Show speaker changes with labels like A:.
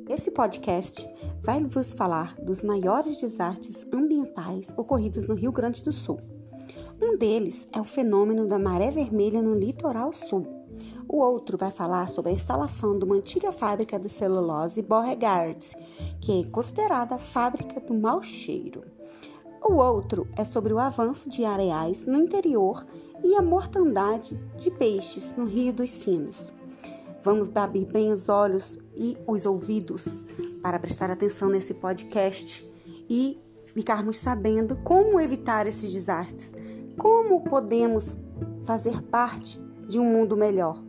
A: Esse podcast vai vos falar dos maiores desastres ambientais ocorridos no Rio Grande do Sul. Um deles é o fenômeno da maré vermelha no litoral sul. O outro vai falar sobre a instalação de uma antiga fábrica de celulose Borregaard, que é considerada a fábrica do mau cheiro. O outro é sobre o avanço de areais no interior e a mortandade de peixes no Rio dos Sinos. Vamos abrir bem os olhos e os ouvidos para prestar atenção nesse podcast e ficarmos sabendo como evitar esses desastres, como podemos fazer parte de um mundo melhor.